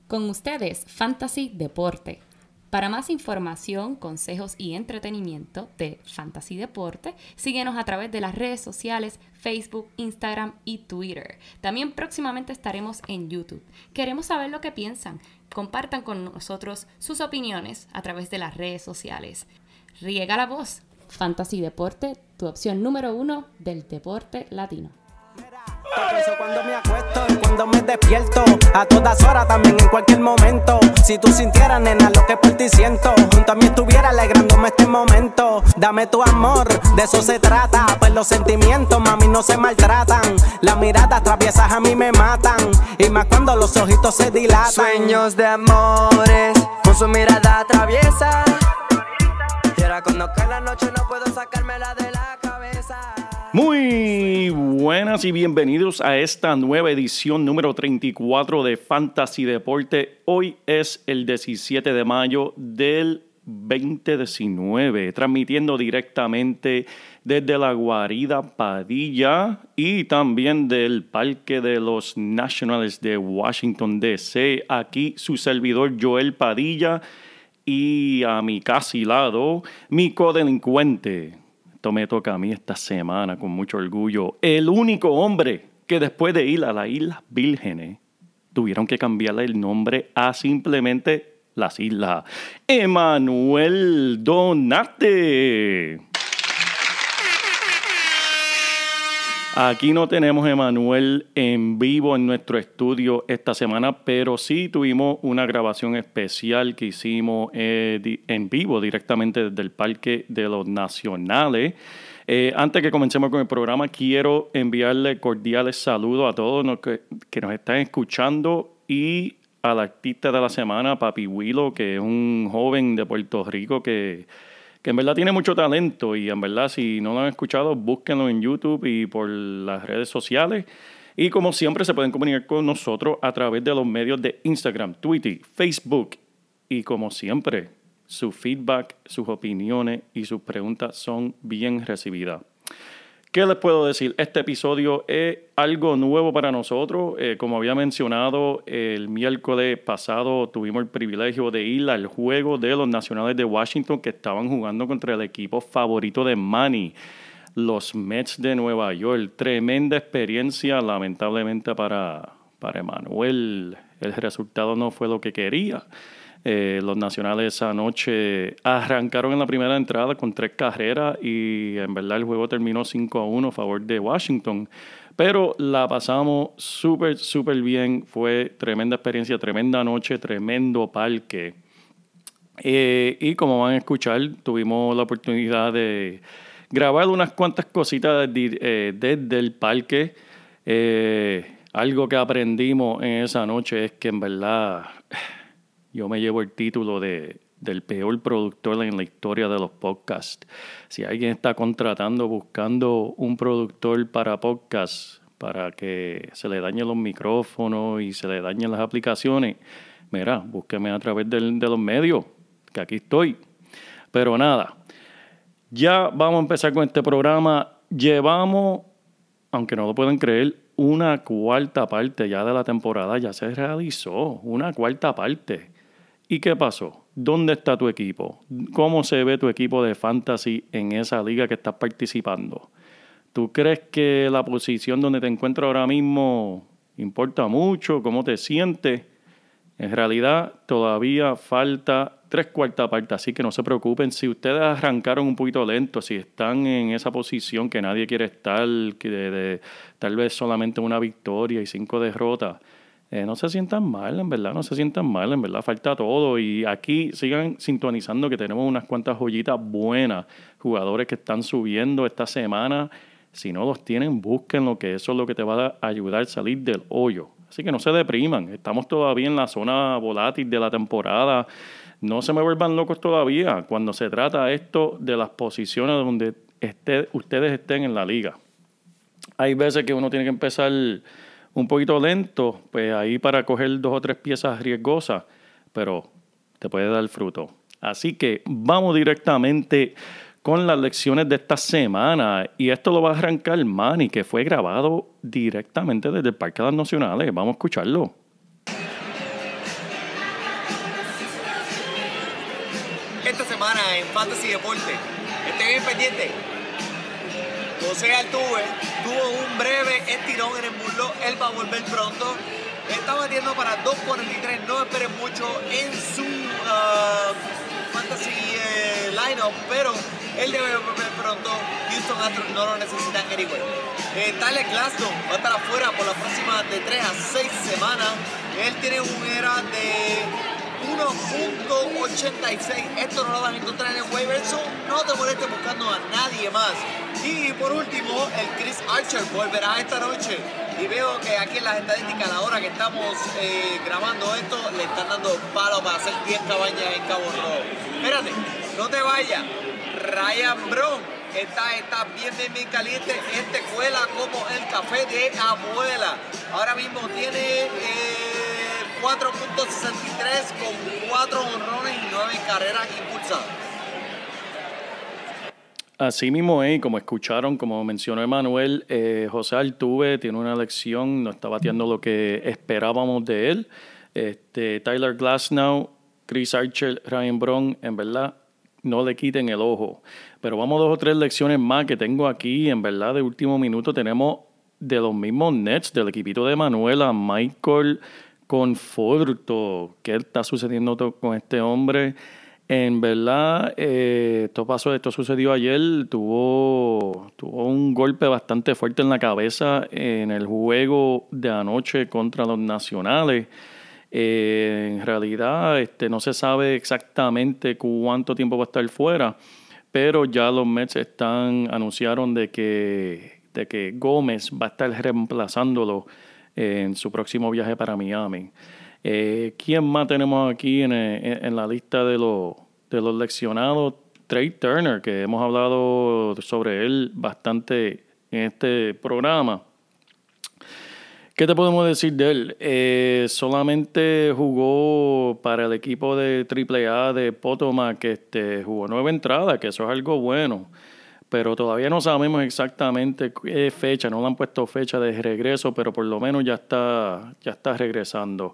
Con ustedes, Fantasy Deporte. Para más información, consejos y entretenimiento de Fantasy Deporte, síguenos a través de las redes sociales Facebook, Instagram y Twitter. También próximamente estaremos en YouTube. Queremos saber lo que piensan. Compartan con nosotros sus opiniones a través de las redes sociales. Riega la voz. Fantasy Deporte, tu opción número 1 del deporte latino. Te pienso cuando me acuesto y cuando me despierto, a todas horas, también en cualquier momento. Si tú sintieras, nena, lo que por ti siento, junto a mí estuviera alegrándome este momento. Dame tu amor, de eso se trata, pues los sentimientos, mami, no se maltratan. Las miradas traviesas a mí me matan, y más cuando los ojitos se dilatan. Sueños de amores, con su mirada traviesa. Y ahora cuando cae la noche no puedo sacármela de la cabeza. Muy buenas y bienvenidos a esta nueva edición número 34 de Fantasy Deporte. Hoy es el 17 de mayo del 2019, transmitiendo directamente desde la guarida Padilla y también del Parque de los Nationals de Washington, D.C. Aquí su servidor Joel Padilla y a mi casi lado, mi codelincuente. Esto me toca a mí esta semana con mucho orgullo. El único hombre que después de ir a las Islas Vírgenes tuvieron que cambiarle el nombre a simplemente las islas. Emanuel Donate. Aquí no tenemos a Emanuel en vivo en nuestro estudio esta semana, pero sí tuvimos una grabación especial que hicimos en vivo directamente desde el Parque de los Nacionales. Antes que comencemos con el programa, quiero enviarle cordiales saludos a todos los que nos están escuchando y al artista de la semana, Papi Willow, que es un joven de Puerto Rico que en verdad tiene mucho talento y en verdad si no lo han escuchado, búsquenlo en YouTube y por las redes sociales. Y como siempre se pueden comunicar con nosotros a través de los medios de Instagram, Twitter, Facebook. Y como siempre, su feedback, sus opiniones y sus preguntas son bien recibidas. ¿Qué les puedo decir? Este episodio es algo nuevo para nosotros. Como había mencionado, el miércoles pasado tuvimos el privilegio de ir al juego de los Nacionales de Washington que estaban jugando contra el equipo favorito de Manny, los Mets de Nueva York. Tremenda experiencia, lamentablemente para Emanuel. El resultado no fue lo que quería. Los Nacionales esa noche arrancaron en la primera entrada con 3 carreras y en verdad el juego terminó 5-1 a favor de Washington. Pero la pasamos súper bien. Fue tremenda experiencia, tremenda noche, tremendo parque. Y como van a escuchar, tuvimos la oportunidad de grabar unas cuantas cositas desde el parque. Algo que aprendimos en esa noche es que en verdad yo me llevo el título del peor productor en la historia de los podcasts. Si alguien está buscando un productor para podcasts, para que se le dañen los micrófonos y se le dañen las aplicaciones, mira, búsqueme a través de los medios, que aquí estoy. Pero nada, ya vamos a empezar con este programa. Llevamos, aunque no lo pueden creer, una cuarta parte ya de la temporada. Ya se realizó una cuarta parte. ¿Y qué pasó? ¿Dónde está tu equipo? ¿Cómo se ve tu equipo de fantasy en esa liga que estás participando? ¿Tú crees que la posición donde te encuentras ahora mismo importa mucho? ¿Cómo te sientes? En realidad todavía falta 3/4 partes, así que no se preocupen. Si ustedes arrancaron un poquito lento, si están en esa posición que nadie quiere estar, que tal vez solamente una victoria y 5 derrotas, no se sientan mal, en verdad, falta todo. Y aquí sigan sintonizando que tenemos unas cuantas joyitas buenas, jugadores que están subiendo esta semana. Si no los tienen, búsquenlo, que eso es lo que te va a ayudar a salir del hoyo. Así que no se depriman, estamos todavía en la zona volátil de la temporada. No se me vuelvan locos todavía cuando se trata esto de las posiciones donde ustedes estén en la liga. Hay veces que uno tiene que empezar un poquito lento, pues ahí para coger 2 o 3 piezas riesgosas, pero te puede dar fruto. Así que vamos directamente con las lecciones de esta semana. Y esto lo va a arrancar Manny, que fue grabado directamente desde el Parque de las Nacionales. Vamos a escucharlo. esta semana en Fantasy Deporte. Esté bien pendiente. José Altuve tuvo un breve estirón en el muslo. Él va a volver pronto. Está batiendo para 2.43. No esperen mucho en su Fantasy lineup, pero él debe volver pronto. Houston Astros no lo necesitan anyway. Tyler Glasnow va a estar afuera por las próximas de 3 a 6 semanas. Él tiene un ERA de 1.86. Esto no lo vas a encontrar en el waiver, so no te molestes buscando a nadie más. Y por último, el Chris Archer volverá esta noche. Y veo que aquí en las estadísticas, a la hora que estamos grabando esto, le están dando palo para hacer 10 cabañas en Cabo Rojo. Espérate, no te vayas. Ryan Braun está bien caliente. Este cuela como el café de abuela. Ahora mismo tiene 4.63 con 4 honrones y 9 carreras impulsadas. Así mismo, como escucharon, como mencionó Emanuel, José Altuve tiene una lección, no está bateando lo que esperábamos de él. Tyler Glasnow, Chris Archer, Ryan Braun, en verdad, no le quiten el ojo. Pero vamos 2 o 3 lecciones más que tengo aquí, en verdad, de último minuto. Tenemos de los mismos Nets, del equipito de Emanuel, a Michael Conforto. ¿Qué está sucediendo con este hombre? En verdad, esto sucedió ayer. Tuvo un golpe bastante fuerte en la cabeza en el juego de anoche contra los Nacionales. En realidad, no se sabe exactamente cuánto tiempo va a estar fuera, pero ya los Mets anunciaron de que Gómez va a estar reemplazándolo en su próximo viaje para Miami. ¿Quién más tenemos aquí en la lista de los leccionados? Trey Turner, que hemos hablado sobre él bastante en este programa. ¿Qué te podemos decir de él? Solamente jugó para el equipo de AAA de Potomac, que jugó 9 entradas, que eso es algo bueno. Pero todavía no sabemos exactamente qué fecha, no le han puesto fecha de regreso, pero por lo menos ya está regresando.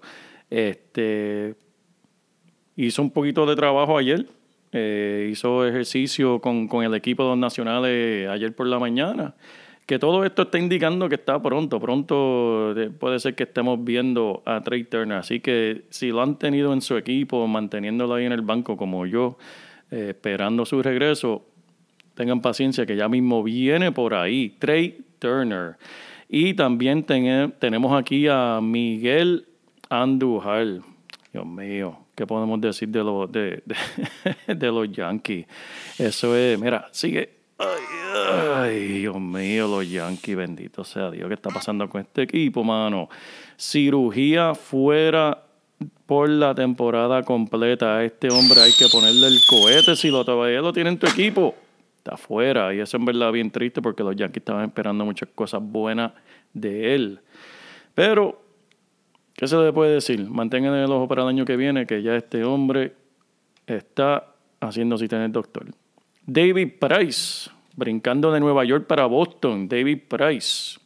Hizo un poquito de trabajo ayer, hizo ejercicio con el equipo de los Nacionales ayer por la mañana, que todo esto está indicando que está pronto puede ser que estemos viendo a Trey Turner, así que si lo han tenido en su equipo, manteniéndolo ahí en el banco como yo, esperando su regreso, tengan paciencia que ya mismo viene por ahí, Trey Turner. Y también tenemos aquí a Miguel Andujar. Dios mío, ¿qué podemos decir de los Yankees? Eso es, mira, sigue. Ay, Dios mío, los Yankees, bendito sea Dios, ¿qué está pasando con este equipo, mano? Cirugía fuera por la temporada completa. A este hombre hay que ponerle el cohete si todavía lo tiene en tu equipo. Está fuera, y eso en verdad bien triste porque los Yankees estaban esperando muchas cosas buenas de él. Pero, ¿qué se le puede decir? Mantengan el ojo para el año que viene, que ya este hombre está haciendo cita en el doctor. David Price, brincando de Nueva York para Boston. David Price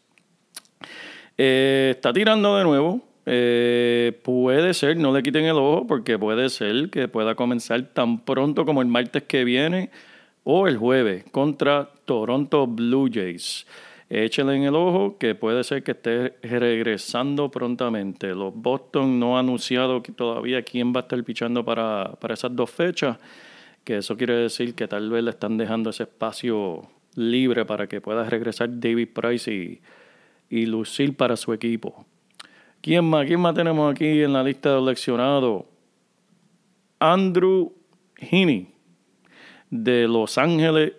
está tirando de nuevo. Puede ser, no le quiten el ojo, porque puede ser que pueda comenzar tan pronto como el martes que viene o el jueves contra Toronto Blue Jays. Échenle en el ojo que puede ser que esté regresando prontamente. Los Boston no han anunciado todavía quién va a estar pichando para esas 2 fechas, que eso quiere decir que tal vez le están dejando ese espacio libre para que pueda regresar David Price y lucir para su equipo. ¿Quién más tenemos aquí en la lista de los seleccionados? Andrew Heaney, de Los Ángeles,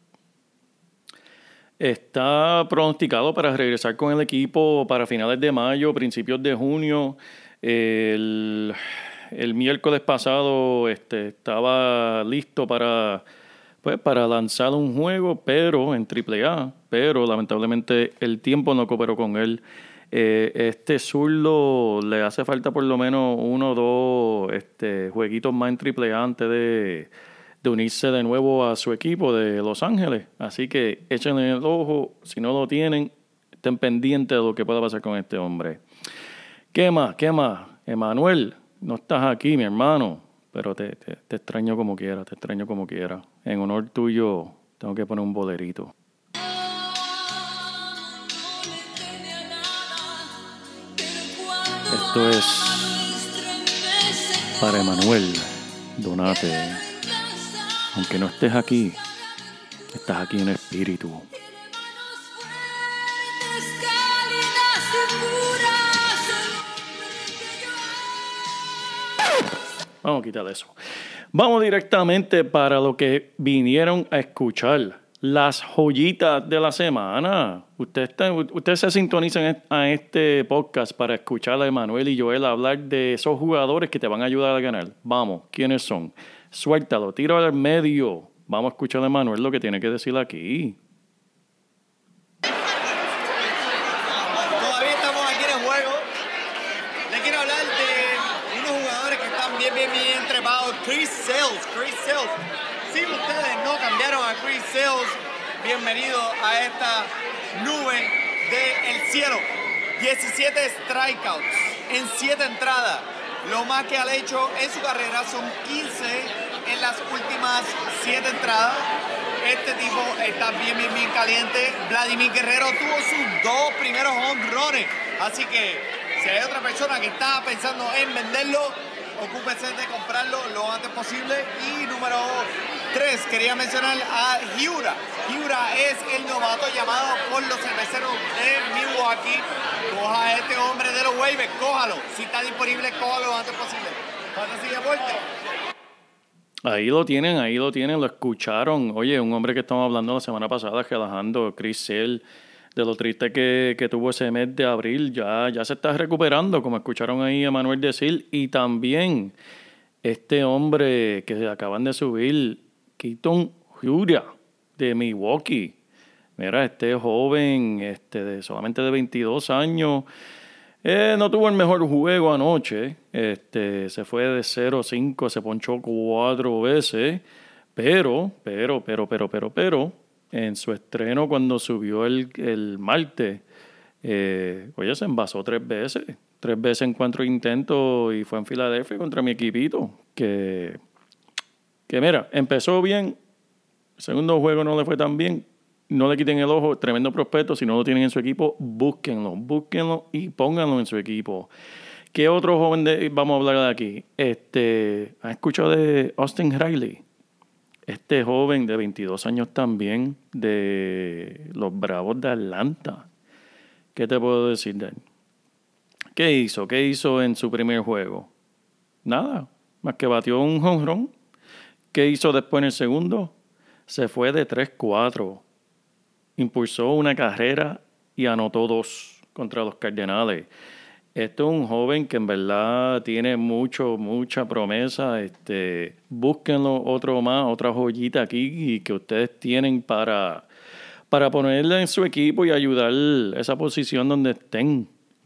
está pronosticado para regresar con el equipo para finales de mayo, principios de junio. El miércoles pasado estaba listo para lanzar un juego, pero en AAA, pero lamentablemente el tiempo no cooperó con él. Este zurdo le hace falta por lo menos 1 o 2 jueguitos más en AAA antes de unirse de nuevo a su equipo de Los Ángeles. Así que échenle el ojo. Si no lo tienen, estén pendientes de lo que pueda pasar con este hombre. ¿Qué más? Emanuel, no estás aquí, mi hermano. pero te extraño como quiera, te extraño como quiera. En honor tuyo, tengo que poner un bolerito. Esto es para Emanuel Donate. Aunque no estés aquí, estás aquí en espíritu. Vamos a quitar eso. Vamos directamente para lo que vinieron a escuchar. Las joyitas de la semana. Ustedes se sintonizan a este podcast para escuchar a Emanuel y Joel hablar de esos jugadores que te van a ayudar a ganar. Vamos, ¿quiénes son? Suéltalo, tíralo al medio. Vamos a escuchar a Emanuel lo que tiene que decir aquí. Todavía estamos aquí en el juego. Le quiero hablar de unos jugadores que están bien trepados. Chris Sales. Si ustedes no cambiaron a Chris Sales, bienvenido a esta nube del cielo. 17 strikeouts en 7 entradas. Lo más que ha hecho en su carrera son 15 en las últimas 7 entradas. Este tipo está bien caliente. Vladimir Guerrero tuvo sus 2 primeros home runs. Así que si hay otra persona que está pensando en venderlo, ocúpese de comprarlo lo antes posible. Y número 3, quería mencionar a Hiura. Hiura es el novato llamado por los cerveceros de Milwaukee. Coja a este hombre de los waivers, cójalo. Si está disponible, cójalo lo antes posible. Fantasy Deporte. Ahí lo tienen, lo escucharon. Oye, un hombre que estamos hablando la semana pasada, relajando, Chris Sale, de lo triste que tuvo ese mes de abril, ya se está recuperando, como escucharon ahí a Manuel decir. Y también este hombre que acaban de subir, Keaton Hiura, de Milwaukee. Mira, este joven, solamente de 22 años, no tuvo el mejor juego anoche. Se fue de 0-5, se ponchó 4 veces. Pero, en su estreno cuando subió el martes, oye, se envasó 3 veces. 3 veces en 4 intentos y fue en Filadelfia contra mi equipito. Que mira, empezó bien. El segundo juego no le fue tan bien. No le quiten el ojo, tremendo prospecto. Si no lo tienen en su equipo, búsquenlo y pónganlo en su equipo. ¿Qué otro joven vamos a hablar de aquí? ¿Han escuchado de Austin Riley? Este joven de 22 años también, de los Bravos de Atlanta. ¿Qué te puedo decir de él? ¿Qué hizo en su primer juego? Nada, más que batió un home run. ¿Qué hizo después en el segundo? Se fue de 3-4. Impulsó una carrera y anotó 2 contra los Cardenales. Esto es un joven que en verdad tiene mucha promesa. Búsquenlo otra joyita aquí y que ustedes tienen para ponerle en su equipo y ayudar esa posición donde estén.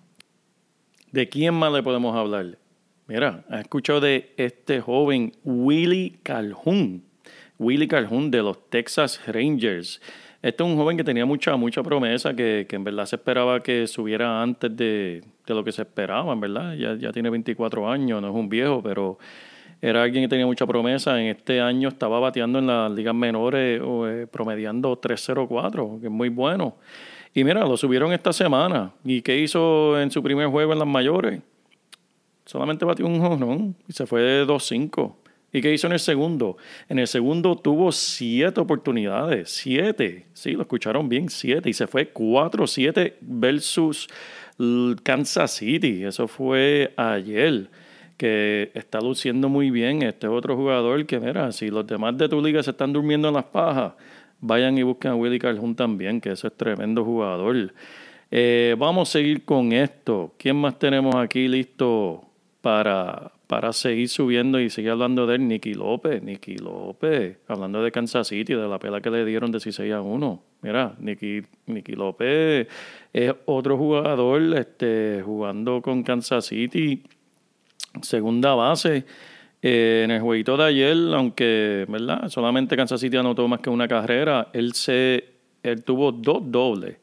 ¿De quién más le podemos hablar? Mira, ¿has escuchado de este joven Willie Calhoun? Willie Calhoun de los Texas Rangers. Este es un joven que tenía mucha promesa, que en verdad se esperaba que subiera antes de lo que se esperaba, en verdad. Ya tiene 24 años, no es un viejo, pero era alguien que tenía mucha promesa. En este año estaba bateando en las ligas menores, promediando 3.04, que es muy bueno. Y mira, lo subieron esta semana. ¿Y qué hizo en su primer juego en las mayores? Solamente batió un jonrón y se fue de 2-5. ¿Y qué hizo en el segundo? En el segundo tuvo 7 oportunidades. 7. Sí, lo escucharon bien, 7. Y se fue 4-7 versus Kansas City. Eso fue ayer. Que está luciendo muy bien. Este otro jugador que, mira, si los demás de tu liga se están durmiendo en las pajas, vayan y busquen a Willie Calhoun también, que ese es tremendo jugador. Vamos a seguir con esto. ¿Quién más tenemos aquí listo para seguir subiendo y seguir hablando de él? Nicky López, hablando de Kansas City, de la pela que le dieron de 16-1. Mira, Nicky López es otro jugador jugando con Kansas City, segunda base. En el jueguito de ayer, aunque ¿verdad? Solamente Kansas City anotó más que una carrera, él tuvo 2 dobles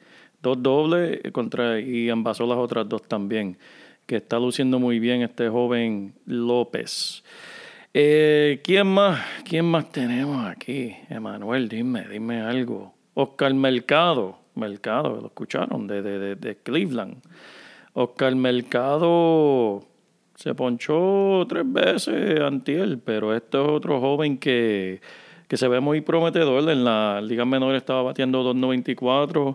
y envasó las otras 2 también, que está luciendo muy bien este joven López. ¿Quién más? ¿Quién más tenemos aquí? Emanuel, dime algo. Oscar Mercado, lo escucharon, de Cleveland. Oscar Mercado se ponchó 3 veces antier, pero este es otro joven que se ve muy prometedor. En la Liga Menor estaba bateando 2.94.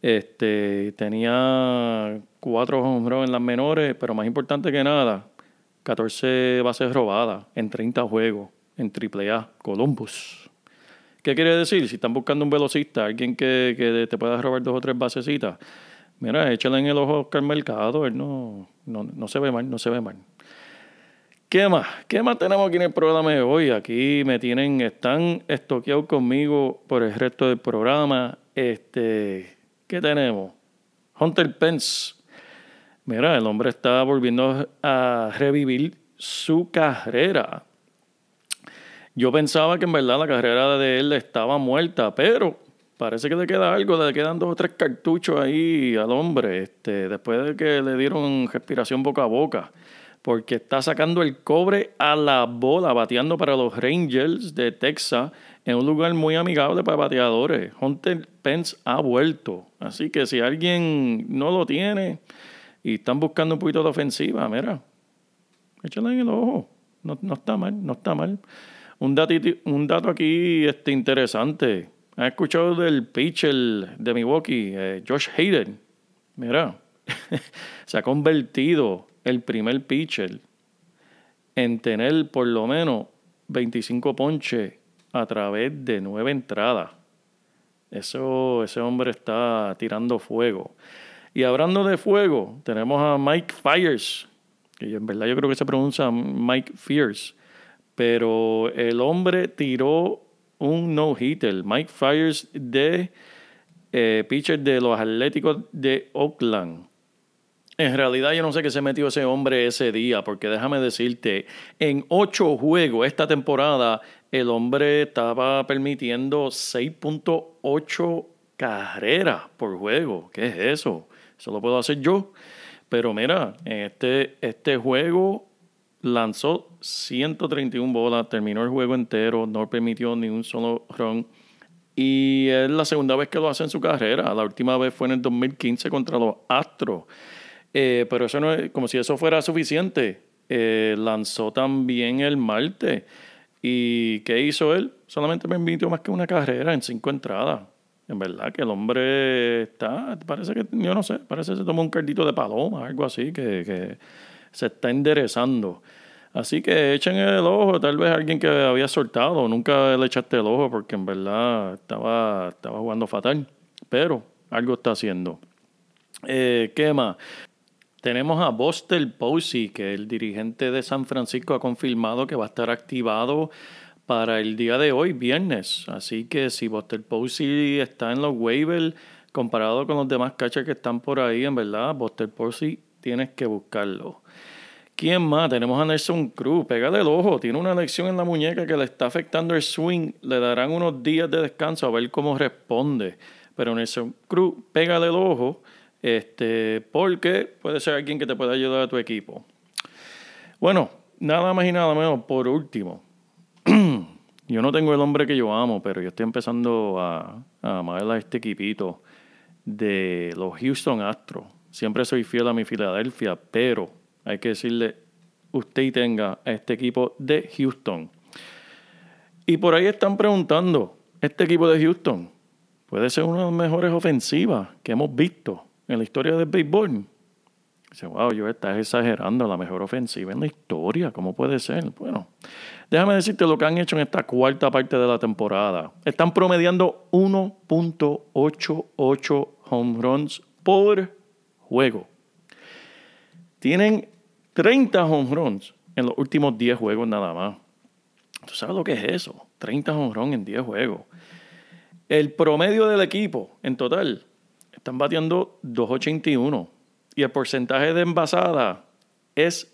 Tenía 4 home runs en las menores, pero más importante que nada, 14 bases robadas en 30 juegos en AAA, Columbus. ¿Qué quiere decir? Si están buscando un velocista, alguien que te pueda robar 2 o 3 basecitas, mira, échale en el ojo a Oscar Mercado, él no se ve mal, no se ve mal. ¿Qué más? ¿Qué más tenemos aquí en el programa de hoy? Aquí están estoqueados conmigo por el resto del programa. ¿Qué tenemos? Hunter Pence. Mira, el hombre está volviendo a revivir su carrera. Yo pensaba que en verdad la carrera de él estaba muerta, pero parece que le queda algo, le quedan 2 o 3 cartuchos ahí al hombre, después de que le dieron respiración boca a boca, porque está sacando el cobre a la bola, bateando para los Rangers de Texas, en un lugar muy amigable para bateadores. Hunter Pence ha vuelto, así que si alguien no lo tiene y están buscando un poquito de ofensiva, mira, échale en el ojo, no está mal. Un dato aquí interesante. ¿Has escuchado del pitcher de Milwaukee, Josh Hader? Mira, se ha convertido el primer pitcher en tener por lo menos 25 ponches a través de 9 entradas. Ese hombre está tirando fuego. Y hablando de fuego, tenemos a Mike Fiers, que en verdad yo creo que se pronuncia Mike Fiers, pero el hombre tiró un no-hitter. Mike Fiers de pitcher de los Atléticos de Oakland. En realidad yo no sé qué se metió ese hombre ese día, porque déjame decirte, en 8 juegos esta temporada el hombre estaba permitiendo 6.8 carreras por juego. ¿Qué es eso? Eso lo puedo hacer yo. Pero mira, este juego lanzó 131 bolas, terminó el juego entero, no permitió ni un solo run. Y es la segunda vez que lo hace en su carrera. La última vez fue en el 2015 contra los Astros. Pero eso no es como si eso fuera suficiente. Lanzó también el martes. ¿Y qué hizo él? Solamente permitió más que una carrera en 5 entradas. En verdad que el hombre parece que, yo no sé, parece que se tomó un caldito de paloma, algo así, que se está enderezando. Así que echen el ojo, tal vez alguien que había soltado, nunca le echaste el ojo porque en verdad estaba jugando fatal, pero algo está haciendo. ¿Qué más? Tenemos a Buster Posey, que el dirigente de San Francisco ha confirmado que va a estar activado para el día de hoy, viernes. Así que si Buster Posey está en los waivers, comparado con los demás catchers que están por ahí, en verdad, Buster Posey tienes que buscarlo. ¿Quién más? Tenemos a Nelson Cruz. Pégale el ojo. Tiene una lesión en la muñeca que le está afectando el swing. Le darán unos días de descanso a ver cómo responde. Pero Nelson Cruz, pégale el ojo. Porque puede ser alguien que te pueda ayudar a tu equipo. Bueno, nada más y nada menos, por último. Yo no tengo el hombre que yo amo, pero yo estoy empezando a amar a este equipito de los Houston Astros. Siempre soy fiel a mi Filadelfia, pero hay que decirle, usted tenga a este equipo de Houston. Y por ahí están preguntando, ¿este equipo de Houston puede ser una de las mejores ofensivas que hemos visto en la historia del béisbol? Dice, wow, yo estás exagerando, la mejor ofensiva en la historia, ¿cómo puede ser? Bueno, déjame decirte lo que han hecho en esta cuarta parte de la temporada. Están promediando 1.88 home runs por juego. Tienen 30 home runs en los últimos 10 juegos nada más. ¿Tú sabes lo que es eso? 30 home runs en 10 juegos. El promedio del equipo en total están bateando 2.81 y el porcentaje de envasada es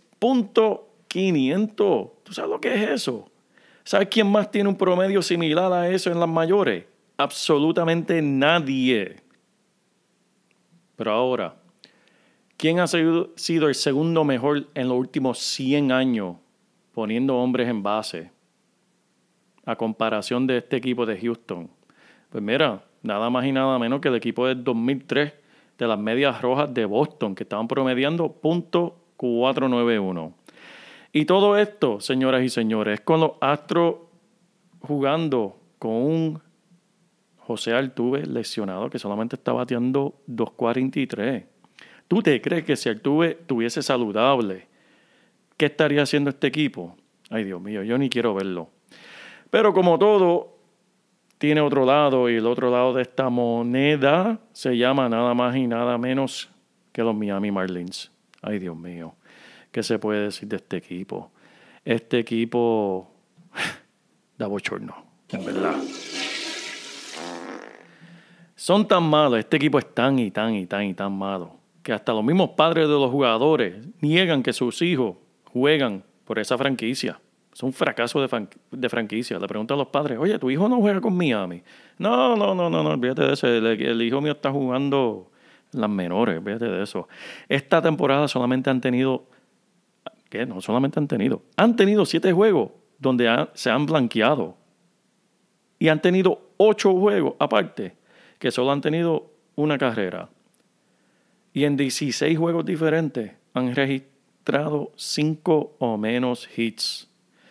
.500. ¿Tú sabes lo que es eso? ¿Sabes quién más tiene un promedio similar a eso en las mayores? Absolutamente nadie. Pero ahora, ¿quién ha sido el segundo mejor en los últimos 100 años poniendo hombres en base a comparación de este equipo de Houston. Pues mira, nada más y nada menos que el equipo del 2003 de las Medias Rojas de Boston, que estaban promediando .491. Y todo esto, señoras y señores, es con los Astros jugando con un José Altuve lesionado que solamente está bateando .243. ¿Tú te crees que si Altuve estuviese saludable, qué estaría haciendo este equipo? Ay, Dios mío, yo ni quiero verlo. Pero como todo tiene otro lado, y el otro lado de esta moneda se llama nada más y nada menos que los Miami Marlins. Ay, Dios mío, ¿qué se puede decir de este equipo? Este equipo da bochorno, en verdad. Son tan malos, este equipo es tan malo, que hasta los mismos padres de los jugadores niegan que sus hijos juegan por esa franquicia. Es un fracaso de franquicia. Le preguntan a los padres, oye, ¿tu hijo no juega con Miami? No, olvídate de eso. El hijo mío está jugando en las menores, olvídate de eso. Esta temporada solamente han tenido, ¿qué? No solamente han tenido 7 juegos donde se han blanqueado. Y han tenido 8 juegos aparte, que solo han tenido una carrera. Y en 16 juegos diferentes han registrado 5 o menos hits.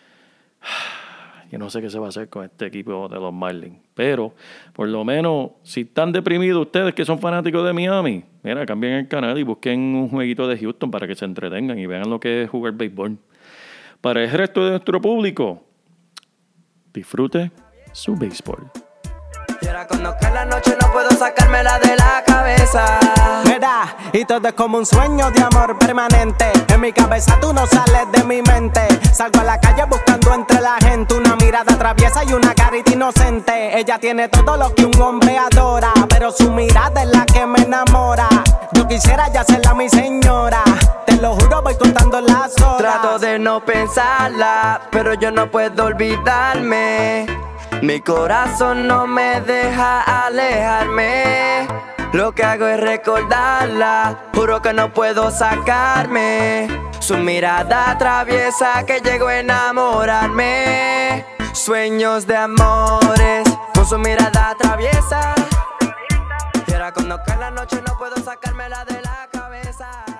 Yo no sé qué se va a hacer con este equipo de los Marlins. Pero, por lo menos, si están deprimidos ustedes que son fanáticos de Miami, mira, cambien el canal y busquen un jueguito de Houston para que se entretengan y vean lo que es jugar béisbol. Para el resto de nuestro público, disfrute su béisbol. Y ahora cuando cae la noche no puedo sacármela de la cabeza. Mira, y todo es como un sueño de amor permanente. En mi cabeza tú no sales de mi mente. Salgo a la calle buscando entre la gente una mirada traviesa y una carita inocente. Ella tiene todo lo que un hombre adora, pero su mirada es la que me enamora. Yo quisiera ya serla mi señora. Te lo juro, voy contando las horas. Trato de no pensarla, pero yo no puedo olvidarme. Mi corazón no me deja alejarme. Lo que hago es recordarla. Juro que no puedo sacarme su mirada traviesa que llegó a enamorarme. Sueños de amores con su mirada traviesa. Y ahora cuando cae la noche no puedo sacármela de la cabeza.